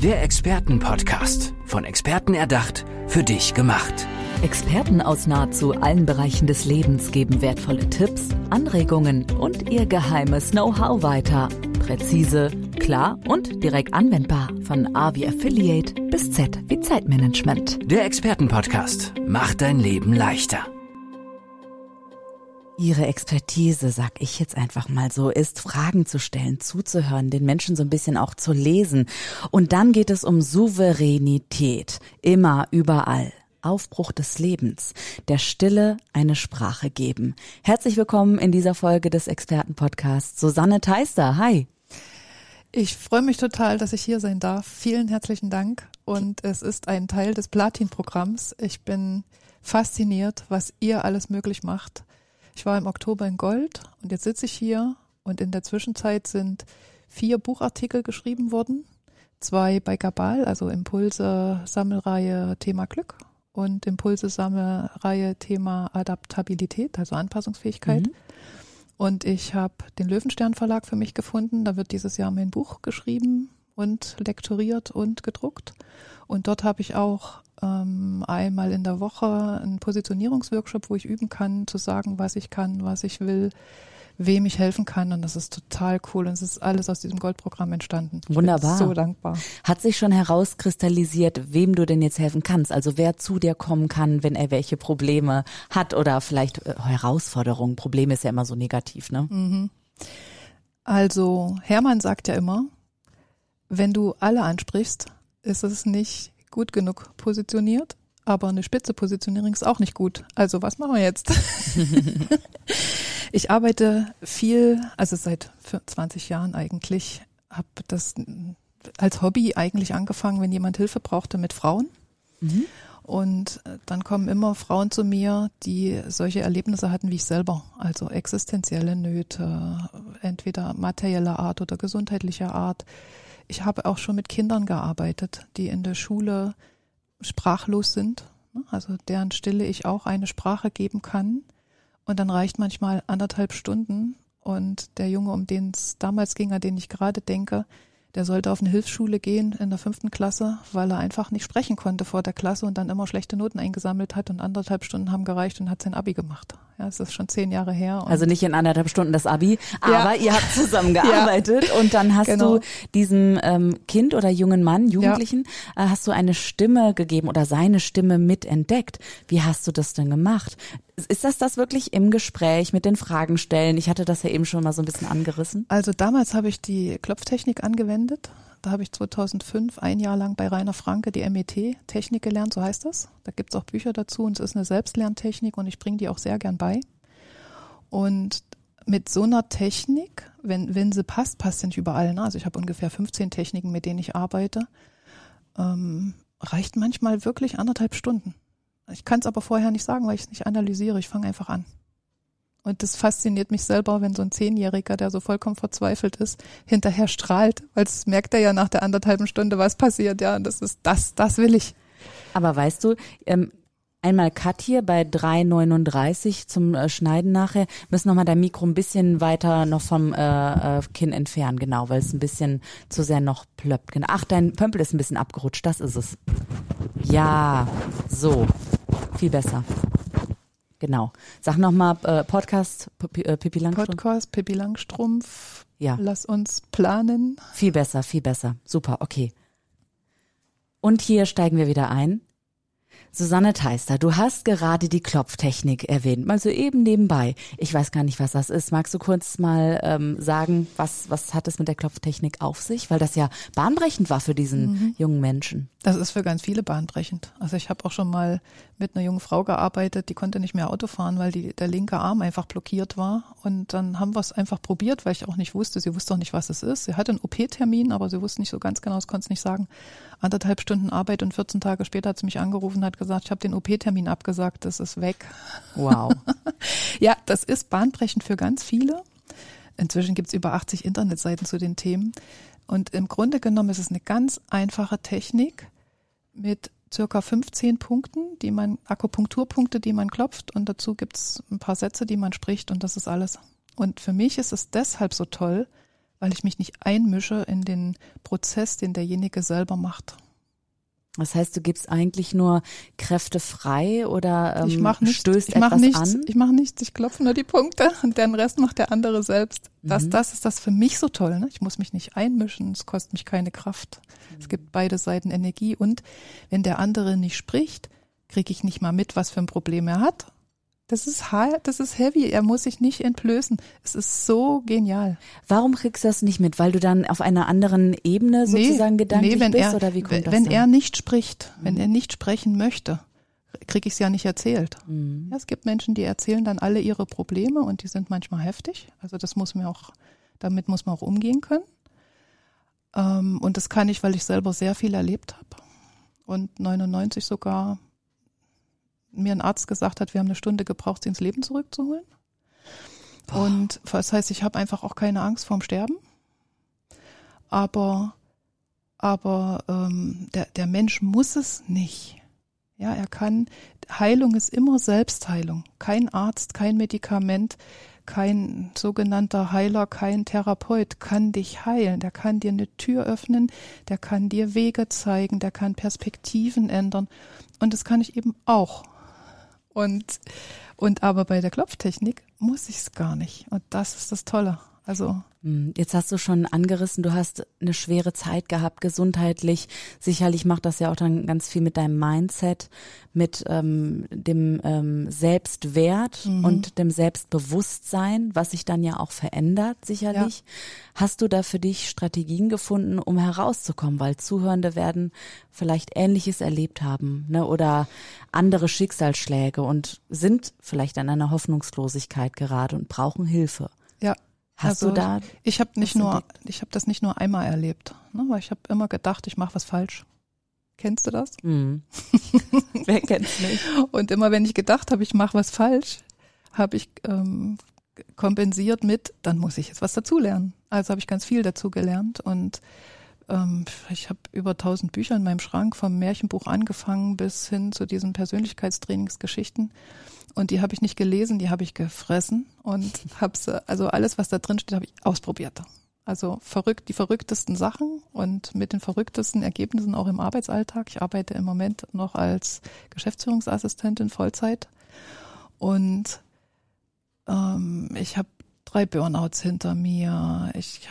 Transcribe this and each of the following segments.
Der Expertenpodcast. Von Experten erdacht, für dich gemacht. Experten aus nahezu allen Bereichen des Lebens geben wertvolle Tipps, Anregungen und ihr geheimes Know-how weiter. Präzise, klar und direkt anwendbar. Von A wie Affiliate bis Z wie Zeitmanagement. Der Expertenpodcast macht dein Leben leichter. Ihre Expertise, sag ich jetzt einfach mal so, ist Fragen zu stellen, zuzuhören, den Menschen so ein bisschen auch zu lesen. Und dann geht es um Souveränität. Immer, überall. Aufbruch des Lebens, der Stille eine Sprache geben. Herzlich willkommen in dieser Folge des Expertenpodcasts. Susanne Theister, hi. Ich freue mich total, dass ich hier sein darf. Vielen herzlichen Dank. Und es ist ein Teil des Platin-Programms. Ich bin fasziniert, was ihr alles möglich macht. Ich war im Oktober in Gold und jetzt sitze ich hier und in der Zwischenzeit sind 4 Buchartikel geschrieben worden. 2 bei Gabal, also Impulse-Sammelreihe Thema Glück und Impulse-Sammelreihe Thema Adaptabilität, also Anpassungsfähigkeit. Und ich habe den Löwenstern Verlag für mich gefunden. Da wird dieses Jahr mein Buch geschrieben und lektoriert und gedruckt. Und dort habe ich auch einmal in der Woche einen Positionierungsworkshop, wo ich üben kann, zu sagen, was ich kann, was ich will, wem ich helfen kann. Und das ist total cool. Und es ist alles aus diesem Goldprogramm entstanden. Wunderbar. Ich bin so dankbar. Hat sich schon herauskristallisiert, wem du denn jetzt helfen kannst? Also wer zu dir kommen kann, wenn er welche Probleme hat oder vielleicht Herausforderungen. Probleme ist ja immer so negativ, ne? Also Hermann sagt ja immer, wenn du alle ansprichst, ist es nicht gut genug positioniert, aber eine spitze Positionierung ist auch nicht gut. Also was machen wir jetzt? Ich arbeite viel, also seit 20 Jahren eigentlich, habe das als Hobby eigentlich angefangen, wenn jemand Hilfe brauchte mit Frauen. Und dann kommen immer Frauen zu mir, die solche Erlebnisse hatten wie ich selber, also existenzielle Nöte, entweder materieller Art oder gesundheitlicher Art. Ich habe auch schon mit Kindern gearbeitet, die in der Schule sprachlos sind, also deren Stille ich auch eine Sprache geben kann. Und dann reicht manchmal 1,5 Stunden und der Junge, um den es damals ging, an den ich gerade denke, der sollte auf eine Hilfsschule gehen in der 5. Klasse, weil er einfach nicht sprechen konnte vor der Klasse und dann immer schlechte Noten eingesammelt hat und 1,5 Stunden haben gereicht und hat sein Abi gemacht. Ja, es ist schon 10 Jahre her. Also nicht in 1,5 Stunden das Abi, aber ihr habt zusammen gearbeitet und dann hast du diesem Kind oder jungen Mann, Jugendlichen, hast du eine Stimme gegeben oder seine Stimme mitentdeckt. Wie hast du das denn gemacht? Ist das wirklich im Gespräch mit den Fragen stellen? Ich hatte das ja eben schon mal so ein bisschen angerissen. Also damals habe ich die Klopftechnik angewendet. Da habe ich 2005 ein Jahr lang bei Rainer Franke die MET-Technik gelernt, so heißt das. Da gibt es auch Bücher dazu und es ist eine Selbstlerntechnik und ich bringe die auch sehr gern bei. Und mit so einer Technik, wenn sie passt sie nicht überall. Ne? Also ich habe ungefähr 15 Techniken, mit denen ich arbeite. Reicht manchmal wirklich 1,5 Stunden. Ich kann es aber vorher nicht sagen, weil ich es nicht analysiere. Ich fange einfach an. Und das fasziniert mich selber, wenn so ein 10-Jähriger, der so vollkommen verzweifelt ist, hinterher strahlt, weil es merkt er ja nach der 1,5 Stunde, was passiert. Ja, und das ist das will ich. Aber weißt du, einmal Cut hier bei 3,39 zum Schneiden nachher. Müssen nochmal dein Mikro ein bisschen weiter noch vom Kinn entfernen, genau, weil es ein bisschen zu sehr noch plöppt. Ach, dein Pömpel ist ein bisschen abgerutscht, das ist es. Ja, so, viel besser. Genau. Sag nochmal Podcast Pippi Langstrumpf. Podcast Pippi Langstrumpf. Ja. Lass uns planen. Viel besser, viel besser. Super, okay. Und hier steigen wir wieder ein. Susanne Theister, du hast gerade die Klopftechnik erwähnt, mal so eben nebenbei. Ich weiß gar nicht, was das ist. Magst du kurz mal sagen, was hat es mit der Klopftechnik auf sich? Weil das ja bahnbrechend war für diesen jungen Menschen. Das ist für ganz viele bahnbrechend. Also ich habe auch schon mal mit einer jungen Frau gearbeitet, die konnte nicht mehr Auto fahren, weil der linke Arm einfach blockiert war. Und dann haben wir es einfach probiert, weil ich auch nicht wusste, sie wusste auch nicht, was es ist. Sie hatte einen OP-Termin, aber sie wusste nicht so ganz genau, sie konnte es nicht sagen. 1,5 Stunden Arbeit und 14 Tage später hat sie mich angerufen und hat gesagt, ich habe den OP-Termin abgesagt, das ist weg. Wow. Ja, das ist bahnbrechend für ganz viele. Inzwischen gibt es über 80 Internetseiten zu den Themen. Und im Grunde genommen ist es eine ganz einfache Technik mit circa 15 Punkten, Akupunkturpunkte, die man klopft. Und dazu gibt es ein paar Sätze, die man spricht und das ist alles. Und für mich ist es deshalb so toll, weil ich mich nicht einmische in den Prozess, den derjenige selber macht. Das heißt, du gibst eigentlich nur Kräfte frei oder ich mach nichts, stößt ich mach etwas nichts, an? Ich mache nichts, ich klopfe nur die Punkte und den Rest macht der andere selbst. Das ist das für mich so toll. Ne? Ich muss mich nicht einmischen, es kostet mich keine Kraft. Es gibt beide Seiten Energie und wenn der andere nicht spricht, kriege ich nicht mal mit, was für ein Problem er hat. Das ist heavy, er muss sich nicht entblößen. Es ist so genial. Warum kriegst du das nicht mit? Weil du dann auf einer anderen Ebene sozusagen gedanklich bist? Oder wie kommt das wenn dann? er nicht spricht, wenn er nicht sprechen möchte, kriege ich es ja nicht erzählt. Ja, es gibt Menschen, die erzählen dann alle ihre Probleme und die sind manchmal heftig. Also damit muss man auch umgehen können. Und das kann ich, weil ich selber sehr viel erlebt habe. Und 99 sogar mir ein Arzt gesagt hat, wir haben eine Stunde gebraucht, sie ins Leben zurückzuholen. Und das heißt, ich habe einfach auch keine Angst vorm Sterben. Aber der Mensch muss es nicht. Ja, Heilung ist immer Selbstheilung. Kein Arzt, kein Medikament, kein sogenannter Heiler, kein Therapeut kann dich heilen. Der kann dir eine Tür öffnen, der kann dir Wege zeigen, der kann Perspektiven ändern. Und das kann ich eben auch. Und aber bei der Klopftechnik muss ich es gar nicht. Und das ist das Tolle. Also jetzt hast du schon angerissen, du hast eine schwere Zeit gehabt, gesundheitlich. Sicherlich macht das ja auch dann ganz viel mit deinem Mindset, mit dem Selbstwert und dem Selbstbewusstsein, was sich dann ja auch verändert, sicherlich. Ja. Hast du da für dich Strategien gefunden, um herauszukommen? Weil Zuhörende werden vielleicht Ähnliches erlebt haben, ne? Oder andere Schicksalsschläge und sind vielleicht an einer Hoffnungslosigkeit gerade und brauchen Hilfe. Ja. Hast du da? Ich habe das nicht nur einmal erlebt, ne, weil ich habe immer gedacht, ich mache was falsch. Kennst du das? Wer kennt's nicht? Und immer wenn ich gedacht habe, ich mache was falsch, habe ich kompensiert mit, dann muss ich jetzt was dazulernen. Also habe ich ganz viel dazu gelernt und ich habe über 1000 Bücher in meinem Schrank, vom Märchenbuch angefangen bis hin zu diesen Persönlichkeitstrainingsgeschichten. Und die habe ich nicht gelesen, die habe ich gefressen und also alles, was da drin steht, habe ich ausprobiert. Also die verrücktesten Sachen und mit den verrücktesten Ergebnissen auch im Arbeitsalltag. Ich arbeite im Moment noch als Geschäftsführungsassistentin Vollzeit und ich habe 3 Burnouts hinter mir. Ich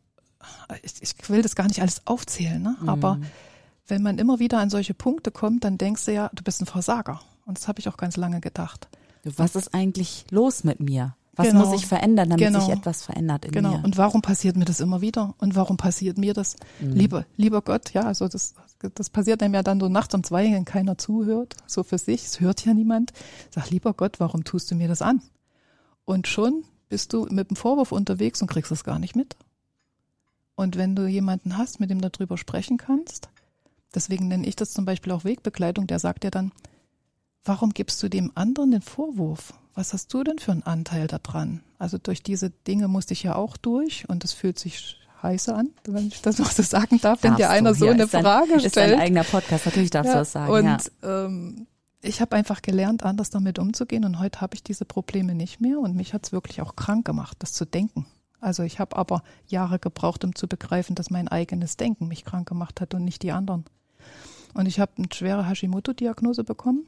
will das gar nicht alles aufzählen, ne? Aber wenn man immer wieder an solche Punkte kommt, dann denkst du ja, du bist ein Versager. Und das habe ich auch ganz lange gedacht. Was ist eigentlich los mit mir? Was muss ich verändern, damit sich etwas verändert in mir? Genau. Und warum passiert mir das immer wieder? Und warum passiert mir das? Lieber Gott, ja, also das passiert einem ja dann so nachts um 2, wenn keiner zuhört, so für sich, es hört ja niemand. Sag, lieber Gott, warum tust du mir das an? Und schon bist du mit dem Vorwurf unterwegs und kriegst es gar nicht mit. Und wenn du jemanden hast, mit dem du darüber sprechen kannst, deswegen nenne ich das zum Beispiel auch Wegbegleitung, der sagt dir dann, warum gibst du dem anderen den Vorwurf? Was hast du denn für einen Anteil daran? Also durch diese Dinge musste ich ja auch durch und es fühlt sich scheiße an, wenn ich das noch so sagen darf, wenn dir einer so eine Frage stellt. Ist dein eigener Podcast, natürlich darfst du das sagen. Und ich habe einfach gelernt, anders damit umzugehen und heute habe ich diese Probleme nicht mehr und mich hat es wirklich auch krank gemacht, das zu denken. Also ich habe aber Jahre gebraucht, um zu begreifen, dass mein eigenes Denken mich krank gemacht hat und nicht die anderen. Und ich habe eine schwere Hashimoto-Diagnose bekommen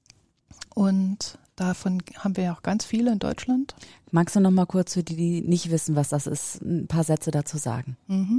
und davon haben wir ja auch ganz viele in Deutschland. Magst du noch mal kurz für die, die nicht wissen, was das ist, ein paar Sätze dazu sagen?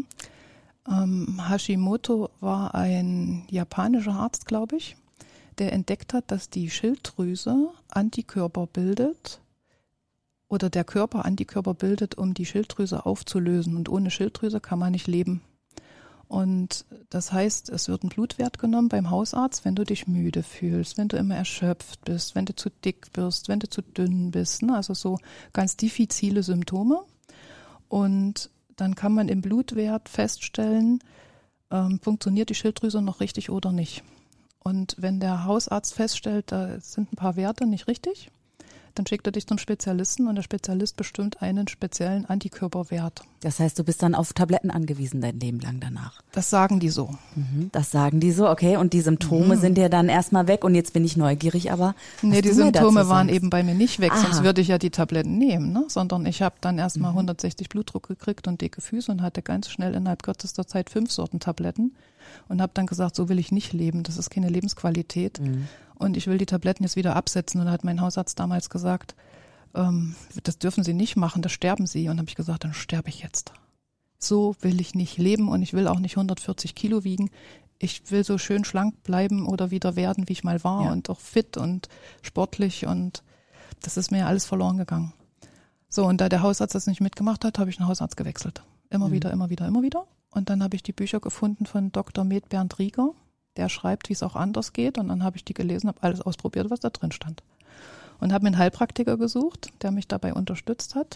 Hashimoto war ein japanischer Arzt, glaube ich, der entdeckt hat, dass die Schilddrüse Antikörper bildet oder der Körper Antikörper bildet, um die Schilddrüse aufzulösen. Und ohne Schilddrüse kann man nicht leben. Und das heißt, es wird ein Blutwert genommen beim Hausarzt, wenn du dich müde fühlst, wenn du immer erschöpft bist, wenn du zu dick wirst, wenn du zu dünn bist. Ne? Also so ganz diffizile Symptome. Und dann kann man im Blutwert feststellen, funktioniert die Schilddrüse noch richtig oder nicht. Und wenn der Hausarzt feststellt, da sind ein paar Werte nicht richtig, dann schickt er dich zum Spezialisten und der Spezialist bestimmt einen speziellen Antikörperwert. Das heißt, du bist dann auf Tabletten angewiesen dein Leben lang danach. Das sagen die so. Das sagen die so, okay. Und die Symptome sind ja dann erstmal weg. Und jetzt bin ich neugierig, aber Nee, die Symptome waren sagst. eben bei mir nicht weg, Aha. sonst würde ich ja die Tabletten nehmen, ne? Sondern ich habe dann erstmal 160 Blutdruck gekriegt und dicke Füße und hatte ganz schnell innerhalb kürzester Zeit 5 Sorten Tabletten und habe dann gesagt, so will ich nicht leben, das ist keine Lebensqualität und ich will die Tabletten jetzt wieder absetzen. Und da hat mein Hausarzt damals gesagt, das dürfen Sie nicht machen, da sterben Sie. Und habe ich gesagt, dann sterbe ich jetzt. So will ich nicht leben und ich will auch nicht 140 Kilo wiegen. Ich will so schön schlank bleiben oder wieder werden, wie ich mal war und auch fit und sportlich und das ist mir ja alles verloren gegangen. So, und da der Hausarzt das nicht mitgemacht hat, habe ich einen Hausarzt gewechselt. Immer wieder. Und dann habe ich die Bücher gefunden von Dr. Med Bernd Rieger, der schreibt, wie es auch anders geht. Und dann habe ich die gelesen, habe alles ausprobiert, was da drin stand. Und habe mir einen Heilpraktiker gesucht, der mich dabei unterstützt hat.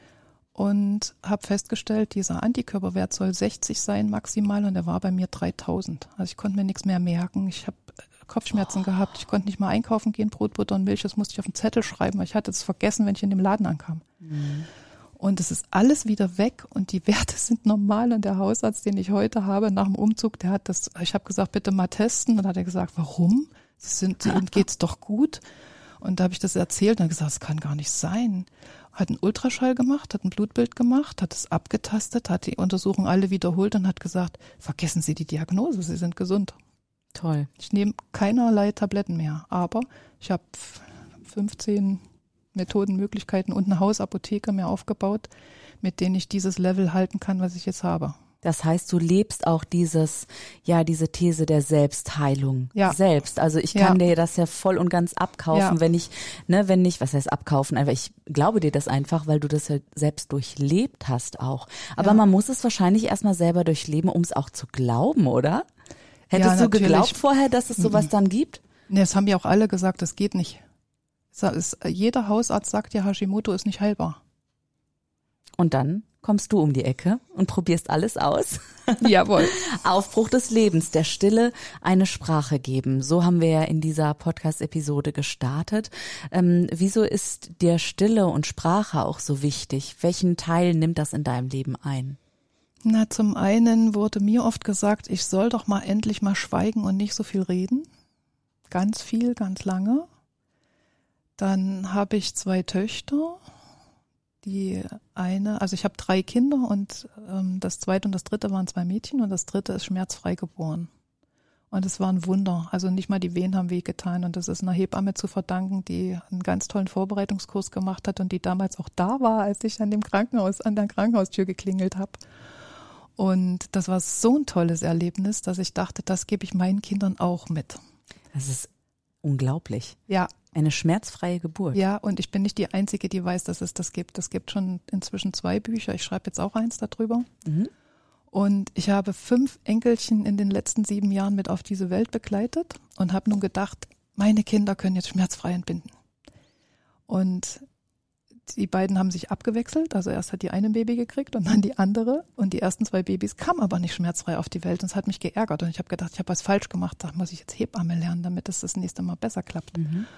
Und habe festgestellt, dieser Antikörperwert soll 60 sein maximal und der war bei mir 3000. Also ich konnte mir nichts mehr merken. Ich habe Kopfschmerzen gehabt. Ich konnte nicht mal einkaufen gehen, Brot, Butter und Milch. Das musste ich auf den Zettel schreiben, weil ich hatte es vergessen, wenn ich in dem Laden ankam. Und es ist alles wieder weg und die Werte sind normal. Und der Hausarzt, den ich heute habe, nach dem Umzug, der hat das, ich habe gesagt, bitte mal testen. Und dann hat er gesagt, warum? Ihnen geht's doch gut. Und da habe ich das erzählt und dann gesagt, das kann gar nicht sein. Hat einen Ultraschall gemacht, hat ein Blutbild gemacht, hat es abgetastet, hat die Untersuchung alle wiederholt und hat gesagt, vergessen Sie die Diagnose, Sie sind gesund. Toll. Ich nehme keinerlei Tabletten mehr, aber ich habe 15 Methodenmöglichkeiten und eine Hausapotheke mir aufgebaut, mit denen ich dieses Level halten kann, was ich jetzt habe. Das heißt, du lebst auch diese These der Selbstheilung selbst. Also ich kann dir das ja voll und ganz abkaufen, wenn ich, was heißt abkaufen? Einfach, ich glaube dir das einfach, weil du das ja selbst durchlebt hast auch. Aber man muss es wahrscheinlich erstmal selber durchleben, um es auch zu glauben, oder? Hättest du geglaubt vorher, dass es sowas dann gibt? Nee, das haben ja auch alle gesagt, das geht nicht. Jeder Hausarzt sagt ja, Hashimoto ist nicht heilbar. Und dann kommst du um die Ecke und probierst alles aus. Jawohl. Aufbruch des Lebens, der Stille eine Sprache geben. So haben wir ja in dieser Podcast-Episode gestartet. Wieso ist dir Stille und Sprache auch so wichtig? Welchen Teil nimmt das in deinem Leben ein? Na, zum einen wurde mir oft gesagt, ich soll doch mal endlich mal schweigen und nicht so viel reden. Ganz viel, ganz lange. Dann habe ich 2 Töchter. Die eine, also ich habe 3 Kinder und das zweite und das dritte waren 2 Mädchen und das dritte ist schmerzfrei geboren. Und es war ein Wunder. Also nicht mal die Wehen haben wehgetan und das ist einer Hebamme zu verdanken, die einen ganz tollen Vorbereitungskurs gemacht hat und die damals auch da war, als ich an der Krankenhaustür geklingelt habe. Und das war so ein tolles Erlebnis, dass ich dachte, das gebe ich meinen Kindern auch mit. Das ist unglaublich. Ja. Eine schmerzfreie Geburt. Ja, und ich bin nicht die Einzige, die weiß, dass es das gibt. Es gibt schon inzwischen 2 Bücher. Ich schreibe jetzt auch eins darüber. Und ich habe 5 Enkelchen in den letzten 7 Jahren mit auf diese Welt begleitet und habe nun gedacht, meine Kinder können jetzt schmerzfrei entbinden. Und die beiden haben sich abgewechselt. Also erst hat die eine ein Baby gekriegt und dann die andere. Und die ersten 2 Babys kamen aber nicht schmerzfrei auf die Welt. Und es hat mich geärgert. Und ich habe gedacht, ich habe was falsch gemacht. Da muss ich jetzt Hebamme lernen, damit es das nächste Mal besser klappt.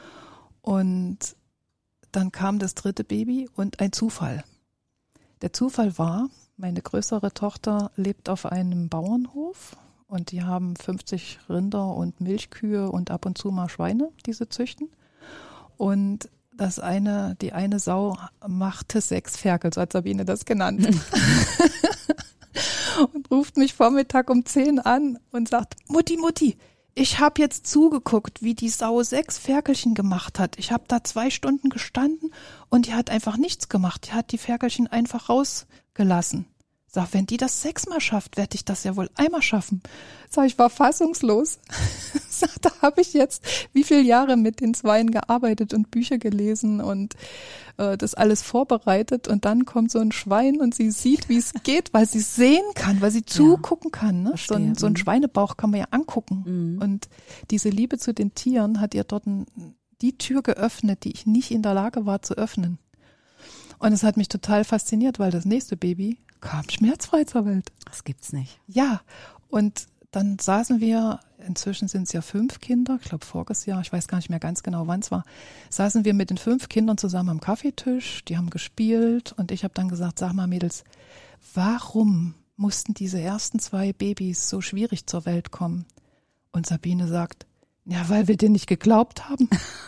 Und dann kam das 3. Baby und ein Zufall. Der Zufall war, meine größere Tochter lebt auf einem Bauernhof und die haben 50 Rinder und Milchkühe und ab und zu mal Schweine, die sie züchten. Und die eine Sau machte 6 Ferkel, so hat Sabine das genannt. Und ruft mich Vormittag um 10 an und sagt, Mutti, ich habe jetzt zugeguckt, wie die Sau 6 Ferkelchen gemacht hat. Ich habe da 2 Stunden gestanden und die hat einfach nichts gemacht. Die hat die Ferkelchen einfach rausgelassen. Sag, wenn die das 6-mal schafft, werde ich das ja wohl einmal schaffen. Sag, ich war fassungslos. Sag, da habe ich jetzt wie viele Jahre mit den Zweien gearbeitet und Bücher gelesen und das alles vorbereitet. Und dann kommt so ein Schwein und sie sieht, wie es geht, weil sie sehen kann, weil sie zugucken kann. Ne? So ein Schweinebauch kann man ja angucken. Und diese Liebe zu den Tieren hat ihr dort die Tür geöffnet, die ich nicht in der Lage war zu öffnen. Und es hat mich total fasziniert, weil das nächste Baby kam schmerzfrei zur Welt. Das gibt's nicht. Ja, und dann saßen wir, inzwischen sind es ja 5 Kinder, ich glaube voriges Jahr, ich weiß gar nicht mehr ganz genau, wann es war, saßen wir mit den 5 Kindern zusammen am Kaffeetisch, die haben gespielt und ich habe dann gesagt, sag mal Mädels, warum mussten diese ersten 2 Babys so schwierig zur Welt kommen? Und Sabine sagt, ja, weil wir dir nicht geglaubt haben.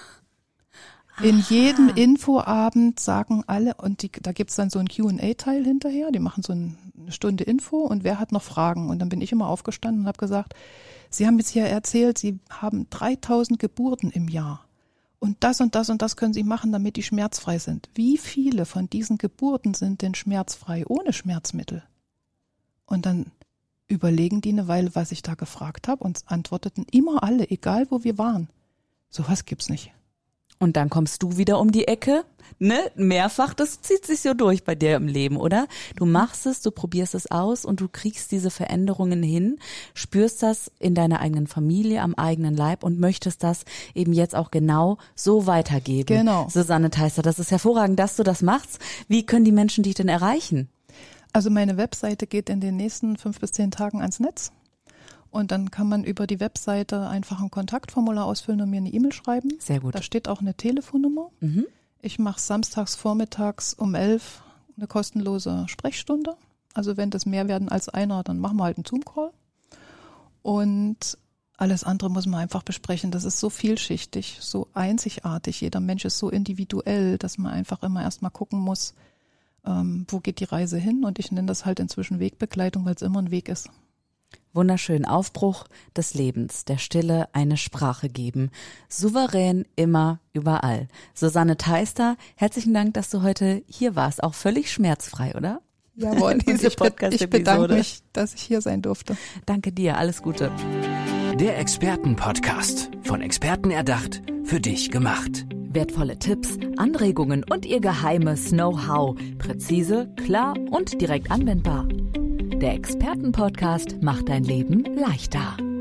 In jedem Infoabend sagen alle, und da gibt's dann so einen Q&A-Teil hinterher, die machen so eine Stunde Info und wer hat noch Fragen? Und dann bin ich immer aufgestanden und habe gesagt, Sie haben jetzt hier erzählt, Sie haben 3000 Geburten im Jahr und das und das und das können Sie machen, damit die schmerzfrei sind. Wie viele von diesen Geburten sind denn schmerzfrei ohne Schmerzmittel? Und dann überlegen die eine Weile, was ich da gefragt habe und antworteten immer alle, egal wo wir waren. Sowas gibt's nicht. Und dann kommst du wieder um die Ecke, ne? Mehrfach, das zieht sich so durch bei dir im Leben, oder? Du machst es, du probierst es aus und du kriegst diese Veränderungen hin, spürst das in deiner eigenen Familie, am eigenen Leib und möchtest das eben jetzt auch genau so weitergeben. Genau. Susanne Theister, das ist hervorragend, dass du das machst. Wie können die Menschen dich denn erreichen? Also meine Webseite geht in den nächsten 5 bis 10 Tagen ans Netz. Und dann kann man über die Webseite einfach ein Kontaktformular ausfüllen und mir eine E-Mail schreiben. Sehr gut. Da steht auch eine Telefonnummer. Mhm. Ich mache samstags vormittags um 11 eine kostenlose Sprechstunde. Also wenn das mehr werden als einer, dann machen wir halt einen Zoom-Call. Und alles andere muss man einfach besprechen. Das ist so vielschichtig, so einzigartig. Jeder Mensch ist so individuell, dass man einfach immer erstmal gucken muss, wo geht die Reise hin. Und ich nenne das halt inzwischen Wegbegleitung, weil es immer ein Weg ist. Wunderschön. Aufbruch des Lebens, der Stille eine Sprache geben. Souverän, immer, überall. Susanne Theister, herzlichen Dank, dass du heute hier warst. Auch völlig schmerzfrei, oder? Jawohl. Ich bedanke mich, dass ich hier sein durfte. Danke dir. Alles Gute. Der Expertenpodcast. Von Experten erdacht, für dich gemacht. Wertvolle Tipps, Anregungen und ihr geheimes Know-how. Präzise, klar und direkt anwendbar. Der Expertenpodcast macht dein Leben leichter.